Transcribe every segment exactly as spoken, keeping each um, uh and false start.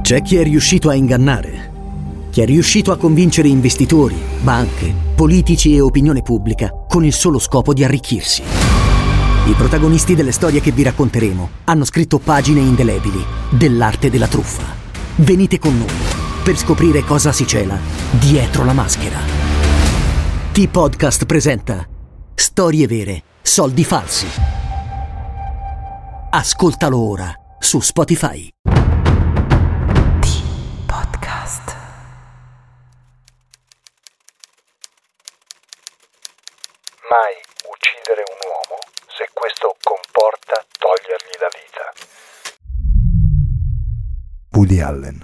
C'è chi è riuscito a ingannare, chi è riuscito a convincere investitori, banche, politici e opinione pubblica con il solo scopo di arricchirsi. I protagonisti delle storie che vi racconteremo hanno scritto pagine indelebili dell'arte della truffa. Venite con noi per scoprire cosa si cela dietro la maschera. T-Podcast presenta Storie vere, soldi falsi. Ascoltalo ora su Spotify. T-Podcast. Mai uccidere un uomo se questo comporta togliergli la vita. Woody Allen.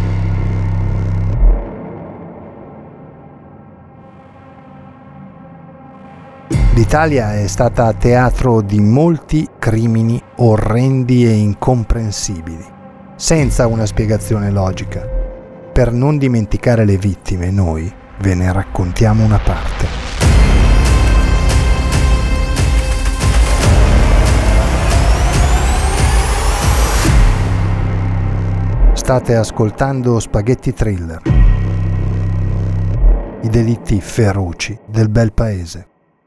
L'Italia è stata teatro di molti crimini orrendi e incomprensibili, senza una spiegazione logica. Per non dimenticare le vittime, noi ve ne raccontiamo una parte. State ascoltando Spaghetti Thriller, i delitti feroci del bel paese.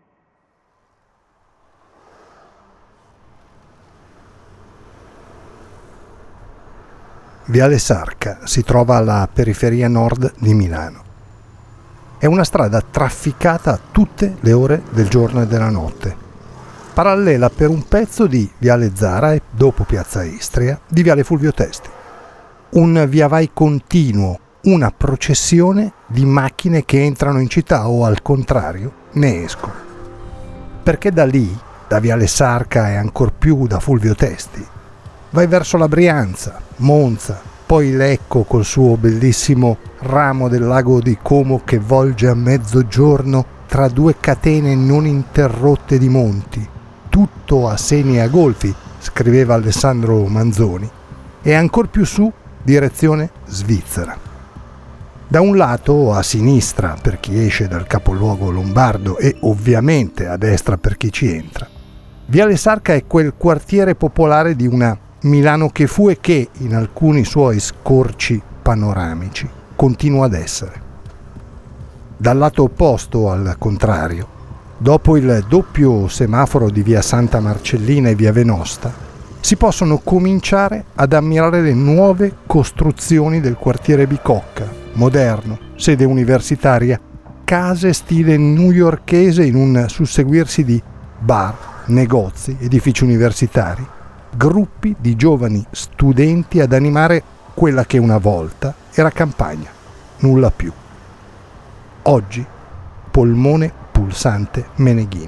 Viale Sarca si trova alla periferia nord di Milano. È una strada trafficata tutte le ore del giorno e della notte, parallela per un pezzo di Viale Zara e, dopo Piazza Istria, di Viale Fulvio Testi. Un via vai continuo, una processione di macchine che entrano in città o, al contrario, ne escono. Perché da lì, da Viale Sarca e ancor più da Fulvio Testi, vai verso la Brianza, Monza, poi Lecco col suo bellissimo ramo del lago di Como che volge a mezzogiorno tra due catene non interrotte di monti, tutto a seni e a golfi, scriveva Alessandro Manzoni, e ancor più su, direzione Svizzera. Da un lato, a sinistra per chi esce dal capoluogo lombardo e ovviamente a destra per chi ci entra, Viale Sarca è quel quartiere popolare di una Milano che fu e che, in alcuni suoi scorci panoramici, continua ad essere. Dal lato opposto, al contrario, dopo il doppio semaforo di via Santa Marcellina e via Venosta, si possono cominciare ad ammirare le nuove costruzioni del quartiere Bicocca, moderno, sede universitaria, case stile newyorkese in un susseguirsi di bar, negozi, edifici universitari, gruppi di giovani studenti ad animare quella che una volta era campagna, nulla più. Oggi, polmone pulsante meneghino.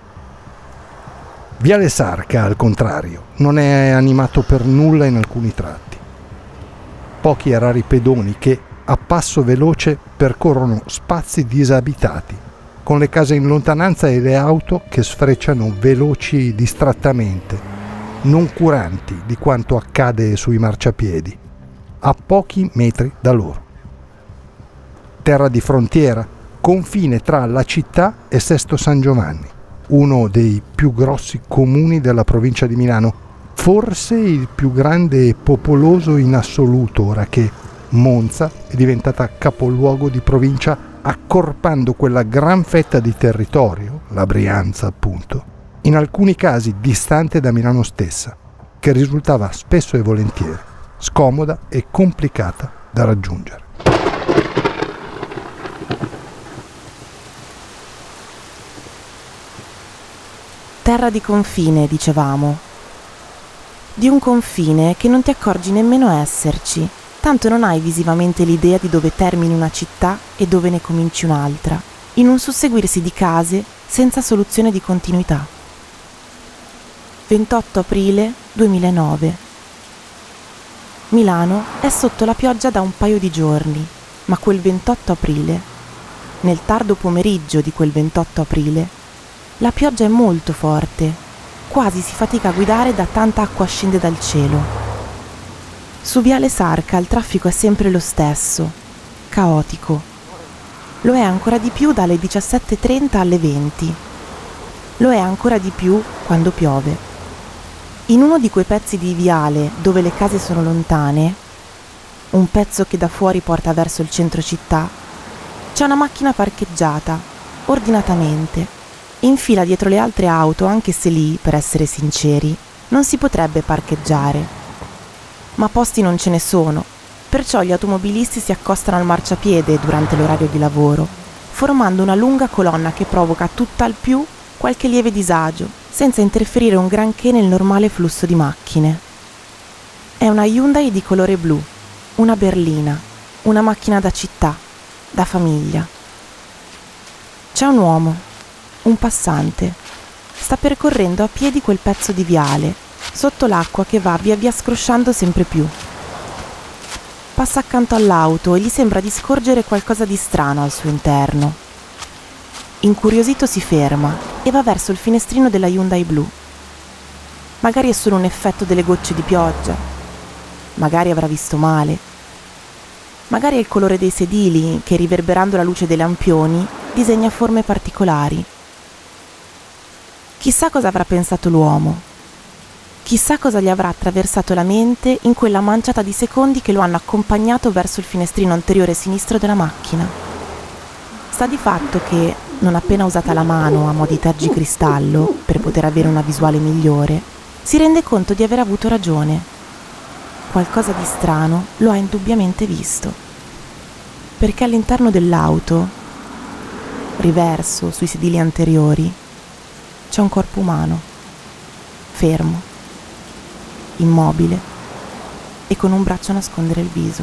Viale Sarca, al contrario, non è animato per nulla in alcuni tratti. Pochi e rari pedoni che, a passo veloce, percorrono spazi disabitati, con le case in lontananza e le auto che sfrecciano veloci distrattamente, non curanti di quanto accade sui marciapiedi, a pochi metri da loro. Terra di frontiera, confine tra la città e Sesto San Giovanni, uno dei più grossi comuni della provincia di Milano, forse il più grande e popoloso in assoluto, ora che Monza è diventata capoluogo di provincia, accorpando quella gran fetta di territorio, la Brianza appunto, in alcuni casi distante da Milano stessa, che risultava spesso e volentieri scomoda e complicata da raggiungere. Terra di confine, dicevamo. Di un confine che non ti accorgi nemmeno esserci, tanto non hai visivamente l'idea di dove termini una città e dove ne cominci un'altra, in un susseguirsi di case senza soluzione di continuità. ventotto aprile duemilanove. Milano è sotto la pioggia da un paio di giorni, ma quel ventotto aprile, nel tardo pomeriggio di quel ventotto aprile, la pioggia è molto forte, quasi si fatica a guidare da tanta acqua scende dal cielo. Su Viale Sarca il traffico è sempre lo stesso, caotico. Lo è ancora di più dalle diciassette e trenta alle venti. Lo è ancora di più quando piove. In uno di quei pezzi di viale dove le case sono lontane, un pezzo che da fuori porta verso il centro città, c'è una macchina parcheggiata, ordinatamente, in fila dietro le altre auto, anche se lì, per essere sinceri, non si potrebbe parcheggiare. Ma posti non ce ne sono, perciò gli automobilisti si accostano al marciapiede durante l'orario di lavoro, formando una lunga colonna che provoca tutt'al più qualche lieve disagio, senza interferire un granché nel normale flusso di macchine. È una Hyundai di colore blu, una berlina, una macchina da città, da famiglia. C'è un uomo, un passante, sta percorrendo a piedi quel pezzo di viale, sotto l'acqua che va via via scrosciando sempre più. Passa accanto all'auto e gli sembra di scorgere qualcosa di strano al suo interno. Incuriosito si ferma e va verso il finestrino della Hyundai blu. Magari è solo un effetto delle gocce di pioggia, magari avrà visto male, magari è il colore dei sedili che, riverberando la luce dei lampioni, disegna forme particolari. Chissà cosa avrà pensato l'uomo. Chissà cosa gli avrà attraversato la mente in quella manciata di secondi che lo hanno accompagnato verso il finestrino anteriore sinistro della macchina. Sta di fatto che, non appena usata la mano a mo' di tergicristallo per poter avere una visuale migliore, si rende conto di aver avuto ragione. Qualcosa di strano lo ha indubbiamente visto. Perché all'interno dell'auto, riverso sui sedili anteriori, c'è un corpo umano, fermo, immobile e con un braccio a nascondere il viso.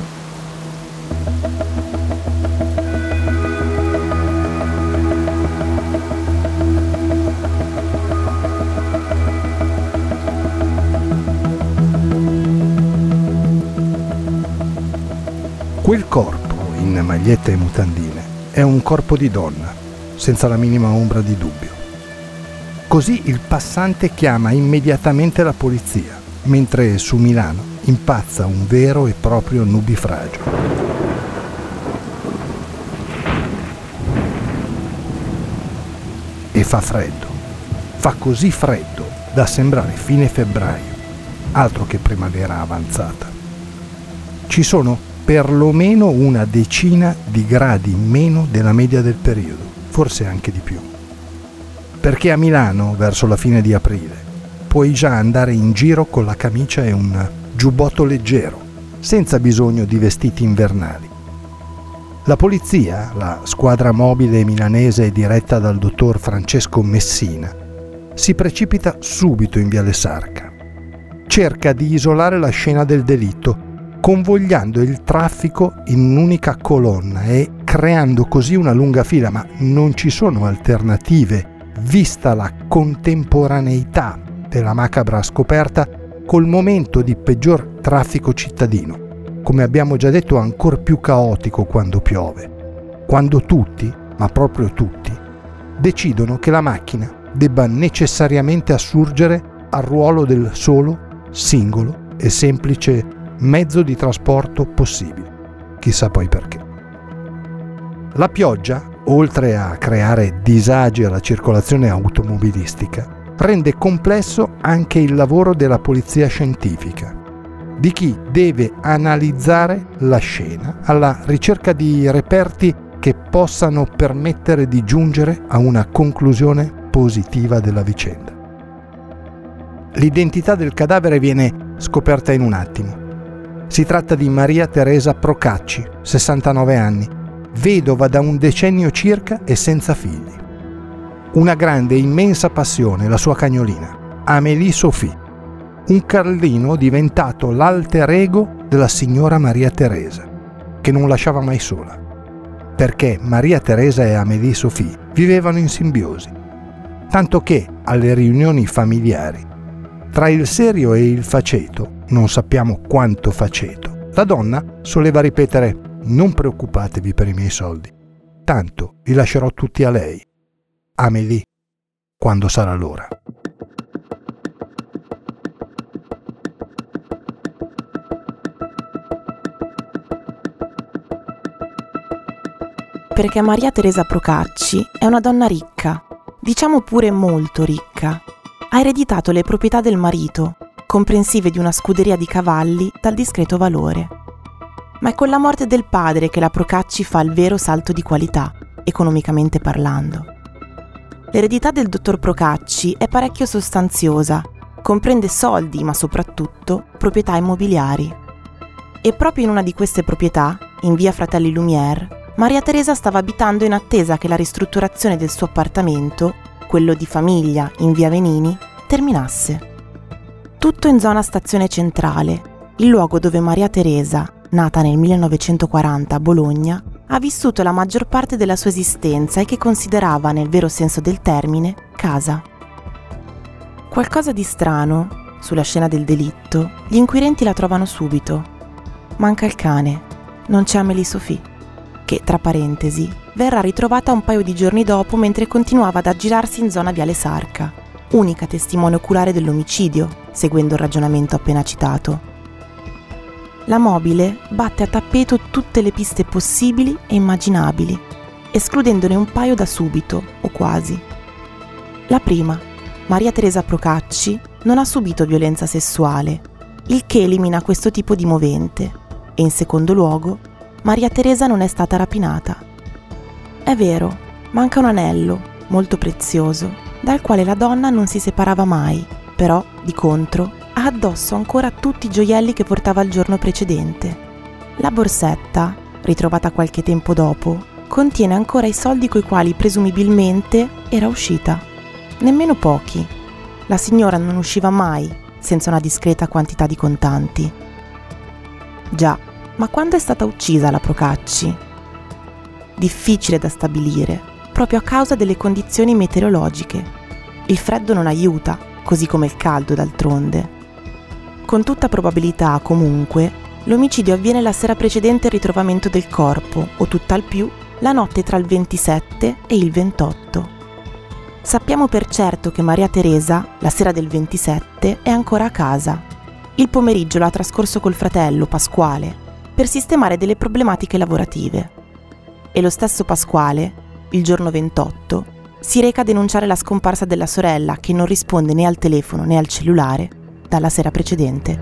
Quel corpo, in maglietta e mutandine, è un corpo di donna, senza la minima ombra di dubbio. Così il passante chiama immediatamente la polizia, mentre su Milano impazza un vero e proprio nubifragio. E fa freddo, fa così freddo da sembrare fine febbraio, altro che primavera avanzata. Ci sono perlomeno una decina di gradi in meno della media del periodo, forse anche di più. Perché a Milano, verso la fine di aprile, puoi già andare in giro con la camicia e un giubbotto leggero, senza bisogno di vestiti invernali. La polizia, la squadra mobile milanese diretta dal dottor Francesco Messina, si precipita subito in Viale Sarca. Cerca di isolare la scena del delitto, convogliando il traffico in un'unica colonna e creando così una lunga fila, ma non ci sono alternative, vista la contemporaneità della macabra scoperta col momento di peggior traffico cittadino, come abbiamo già detto ancor più caotico quando piove, quando tutti, ma proprio tutti, decidono che la macchina debba necessariamente assurgere al ruolo del solo, singolo e semplice mezzo di trasporto possibile. Chissà poi perché. La pioggia, oltre a creare disagi alla circolazione automobilistica, rende complesso anche il lavoro della polizia scientifica, di chi deve analizzare la scena alla ricerca di reperti che possano permettere di giungere a una conclusione positiva della vicenda. L'identità del cadavere viene scoperta in un attimo. Si tratta di Maria Teresa Procacci, sessantanove anni, vedova da un decennio circa e senza figli. Una grande e immensa passione, la sua cagnolina, Amélie Sophie, un carlino diventato l'alter ego della signora Maria Teresa, che non lasciava mai sola, perché Maria Teresa e Amélie Sophie vivevano in simbiosi, tanto che alle riunioni familiari, tra il serio e il faceto, non sappiamo quanto faceto, la donna soleva ripetere: non preoccupatevi per i miei soldi, tanto li lascerò tutti a lei, Amélie, quando sarà l'ora. Perché Maria Teresa Procacci è una donna ricca, diciamo pure molto ricca. Ha ereditato le proprietà del marito, comprensive di una scuderia di cavalli dal discreto valore. ma è con la morte del padre che la Procacci fa il vero salto di qualità, economicamente parlando. L'eredità del dottor Procacci è parecchio sostanziosa, comprende soldi ma soprattutto proprietà immobiliari. E proprio in una di queste proprietà, in via Fratelli Lumière, Maria Teresa stava abitando in attesa che la ristrutturazione del suo appartamento, quello di famiglia in via Venini, terminasse. Tutto in zona Stazione Centrale, il luogo dove Maria Teresa, nata nel millenovecentoquaranta a Bologna, ha vissuto la maggior parte della sua esistenza e che considerava, nel vero senso del termine, casa. Qualcosa di strano, sulla scena del delitto, gli inquirenti la trovano subito. Manca il cane, non c'è Amélie Sophie, che, tra parentesi, verrà ritrovata un paio di giorni dopo mentre continuava ad aggirarsi in zona Viale Sarca, unica testimone oculare dell'omicidio, seguendo il ragionamento appena citato. La mobile batte a tappeto tutte le piste possibili e immaginabili, escludendone un paio da subito, o quasi. La prima, Maria Teresa Procacci, non ha subito violenza sessuale, il che elimina questo tipo di movente, e in secondo luogo, Maria Teresa non è stata rapinata. È vero, manca un anello, molto prezioso, dal quale la donna non si separava mai, però, di contro, ha addosso ancora tutti i gioielli che portava il giorno precedente. La borsetta, ritrovata qualche tempo dopo, contiene ancora i soldi coi quali presumibilmente era uscita. Nemmeno pochi. La signora non usciva mai senza una discreta quantità di contanti. Già, ma quando è stata uccisa la Procacci? Difficile da stabilire, proprio a causa delle condizioni meteorologiche. Il freddo non aiuta, così come il caldo d'altronde. Con tutta probabilità, comunque, l'omicidio avviene la sera precedente il ritrovamento del corpo, o tutt'al più la notte tra il ventisette e il ventotto. Sappiamo per certo che Maria Teresa, la sera del ventisette, è ancora a casa. Il pomeriggio l'ha trascorso col fratello, Pasquale, per sistemare delle problematiche lavorative. E lo stesso Pasquale, il giorno ventotto, si reca a denunciare la scomparsa della sorella che non risponde né al telefono né al cellulare dalla sera precedente.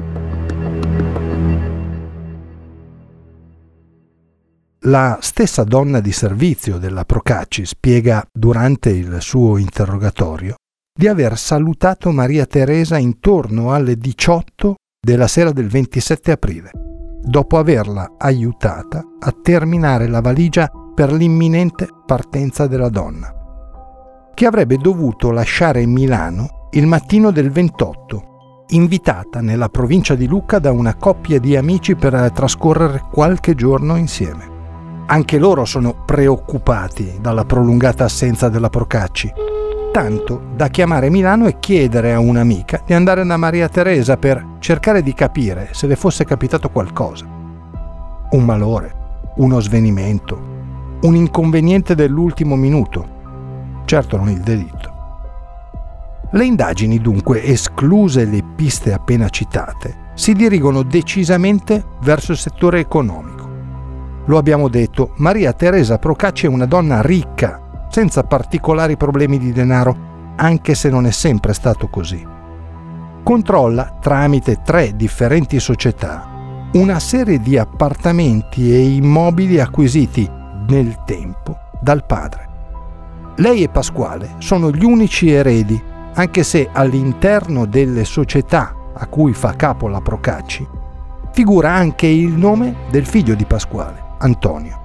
La stessa donna di servizio della Procacci spiega durante il suo interrogatorio di aver salutato Maria Teresa intorno alle diciotto della sera del ventisette aprile, dopo averla aiutata a terminare la valigia per l'imminente partenza della donna, che avrebbe dovuto lasciare Milano il mattino del ventotto, invitata nella provincia di Lucca da una coppia di amici per trascorrere qualche giorno insieme. Anche loro sono preoccupati dalla prolungata assenza della Procacci, tanto da chiamare Milano e chiedere a un'amica di andare da Maria Teresa per cercare di capire se le fosse capitato qualcosa. Un malore, uno svenimento, un inconveniente dell'ultimo minuto, certo non il delitto. Le indagini, dunque, escluse le piste appena citate, si dirigono decisamente verso il settore economico. Lo abbiamo detto, Maria Teresa Procacci è una donna ricca, senza particolari problemi di denaro, anche se non è sempre stato così. Controlla, tramite tre differenti società, una serie di appartamenti e immobili acquisiti nel tempo dal padre. Lei e Pasquale sono gli unici eredi, anche se all'interno delle società a cui fa capo la Procacci figura anche il nome del figlio di Pasquale, Antonio.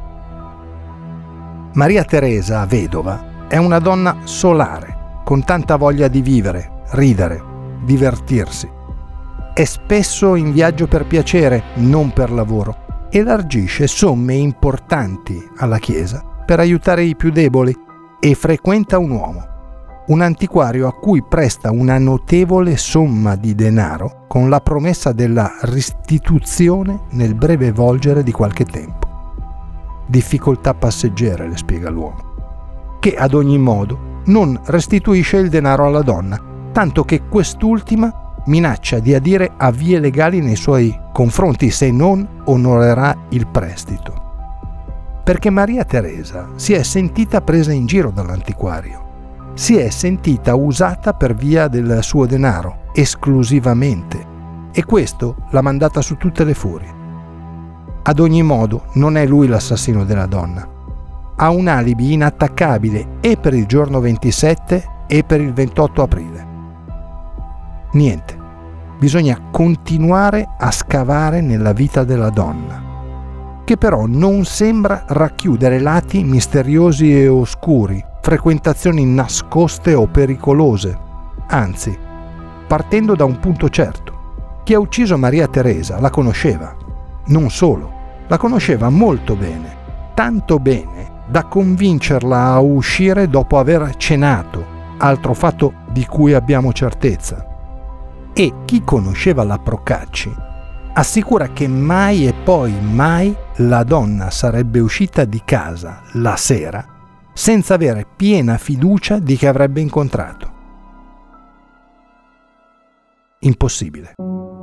Maria Teresa, vedova, è una donna solare, con tanta voglia di vivere, ridere, divertirsi. È spesso in viaggio per piacere, non per lavoro, elargisce somme importanti alla Chiesa per aiutare i più deboli e frequenta un uomo, un antiquario a cui presta una notevole somma di denaro con la promessa della restituzione nel breve volgere di qualche tempo. Difficoltà passeggere, le spiega l'uomo, che ad ogni modo non restituisce il denaro alla donna, tanto che quest'ultima minaccia di adire a vie legali nei suoi confronti se non onorerà il prestito. Perché Maria Teresa si è sentita presa in giro dall'antiquario. Si è sentita usata per via del suo denaro, esclusivamente, e questo l'ha mandata su tutte le furie. Ad ogni modo, non è lui l'assassino della donna. Ha un alibi inattaccabile e per il giorno ventisette e per il ventotto aprile. Niente. Bisogna continuare a scavare nella vita della donna, che però non sembra racchiudere lati misteriosi e oscuri, frequentazioni nascoste o pericolose. Anzi, partendo da un punto certo: chi ha ucciso Maria Teresa la conosceva. Non solo, la conosceva molto bene, tanto bene da convincerla a uscire dopo aver cenato, altro fatto di cui abbiamo certezza. E chi conosceva la Procacci assicura che mai e poi mai la donna sarebbe uscita di casa la sera senza avere piena fiducia di chi avrebbe incontrato. Impossibile.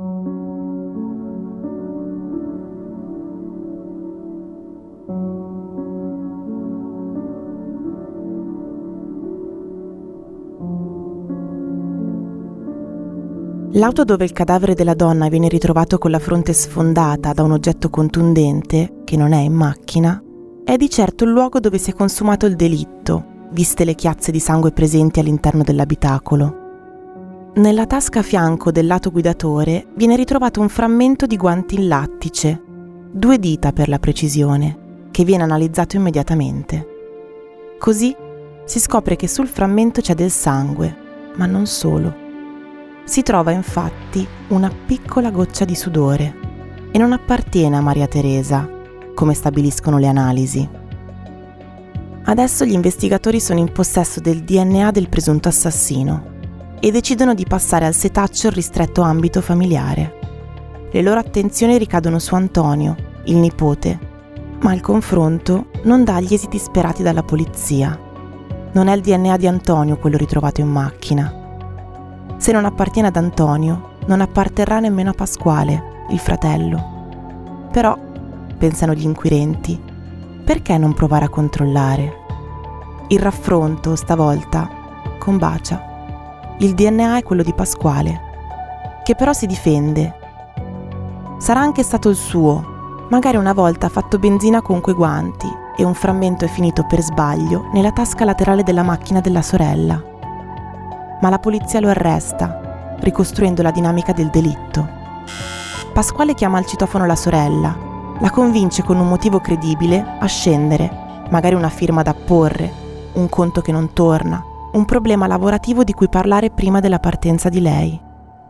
L'auto dove il cadavere della donna viene ritrovato con la fronte sfondata da un oggetto contundente, che non è in macchina, è di certo il luogo dove si è consumato il delitto, viste le chiazze di sangue presenti all'interno dell'abitacolo. Nella tasca a fianco del lato guidatore viene ritrovato un frammento di guanti in lattice, due dita per la precisione, che viene analizzato immediatamente. Così si scopre che sul frammento c'è del sangue, ma non solo. Si trova infatti una piccola goccia di sudore e non appartiene a Maria Teresa, come stabiliscono le analisi. Adesso gli investigatori sono in possesso del D N A del presunto assassino e decidono di passare al setaccio il ristretto ambito familiare. Le loro attenzioni ricadono su Antonio, il nipote, ma il confronto non dà gli esiti sperati dalla polizia. Non è il D N A di Antonio quello ritrovato in macchina. Se non appartiene ad Antonio, non apparterrà nemmeno a Pasquale, il fratello. Però, pensano gli inquirenti, perché non provare a controllare? Il raffronto, stavolta, combacia. Il D N A è quello di Pasquale, che però si difende. Sarà anche stato il suo. Magari una volta ha fatto benzina con quei guanti e un frammento è finito per sbaglio nella tasca laterale della macchina della sorella. Ma la polizia lo arresta, ricostruendo la dinamica del delitto. Pasquale chiama al citofono la sorella, la convince con un motivo credibile a scendere, magari una firma da apporre, un conto che non torna, un problema lavorativo di cui parlare prima della partenza di lei.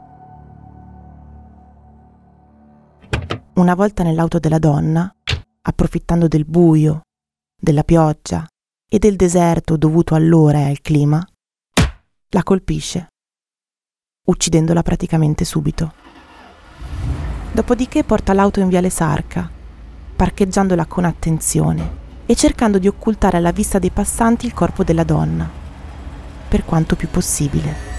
Una volta nell'auto della donna, approfittando del buio, della pioggia e del deserto dovuto all'ora e al clima, la colpisce, uccidendola praticamente subito. Dopodiché porta l'auto in viale Sarca, parcheggiandola con attenzione e cercando di occultare alla vista dei passanti il corpo della donna, per quanto più possibile.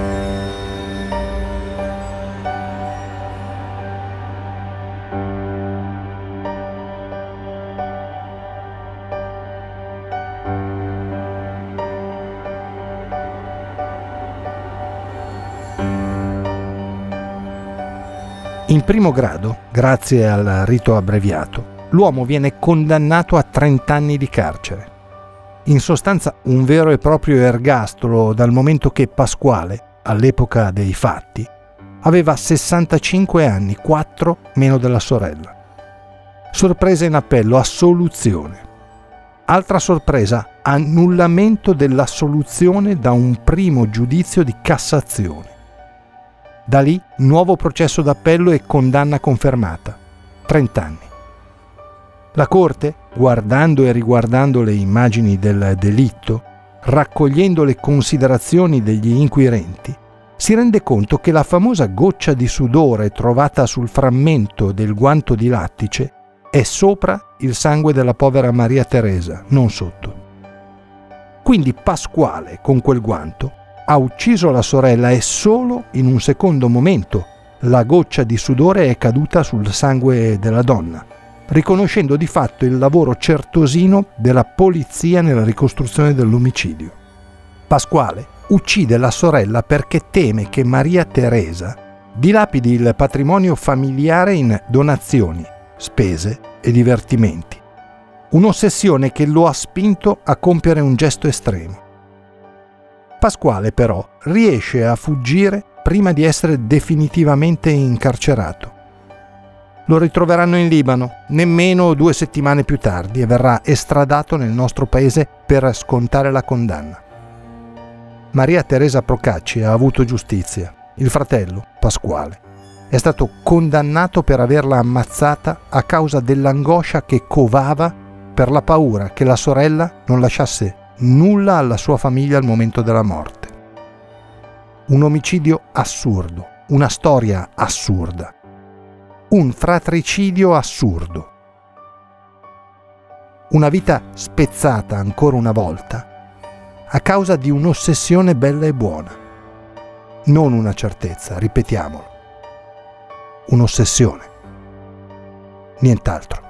In primo grado, grazie al rito abbreviato, l'uomo viene condannato a trenta anni di carcere. In sostanza un vero e proprio ergastolo, dal momento che Pasquale, all'epoca dei fatti, aveva sessantacinque anni, quattro meno della sorella. Sorpresa in appello, assoluzione. Altra sorpresa, annullamento dell'assoluzione da un primo giudizio di Cassazione. Da lì, nuovo processo d'appello e condanna confermata. trenta anni. La Corte, guardando e riguardando le immagini del delitto, raccogliendo le considerazioni degli inquirenti, si rende conto che la famosa goccia di sudore trovata sul frammento del guanto di lattice è sopra il sangue della povera Maria Teresa, non sotto. Quindi Pasquale, con quel guanto, ha ucciso la sorella e solo in un secondo momento la goccia di sudore è caduta sul sangue della donna, riconoscendo di fatto il lavoro certosino della polizia nella ricostruzione dell'omicidio. Pasquale uccide la sorella perché teme che Maria Teresa dilapidi il patrimonio familiare in donazioni, spese e divertimenti. Un'ossessione che lo ha spinto a compiere un gesto estremo. Pasquale però riesce a fuggire prima di essere definitivamente incarcerato. Lo ritroveranno in Libano nemmeno due settimane più tardi e verrà estradato nel nostro paese per scontare la condanna. Maria Teresa Procacci ha avuto giustizia. Il fratello, Pasquale, è stato condannato per averla ammazzata a causa dell'angoscia che covava per la paura che la sorella non lasciasse nulla alla sua famiglia al momento della morte. Un omicidio assurdo, una storia assurda, un fratricidio assurdo. Una vita spezzata ancora una volta a causa di un'ossessione bella e buona. Non una certezza, ripetiamolo. Un'ossessione. Nient'altro.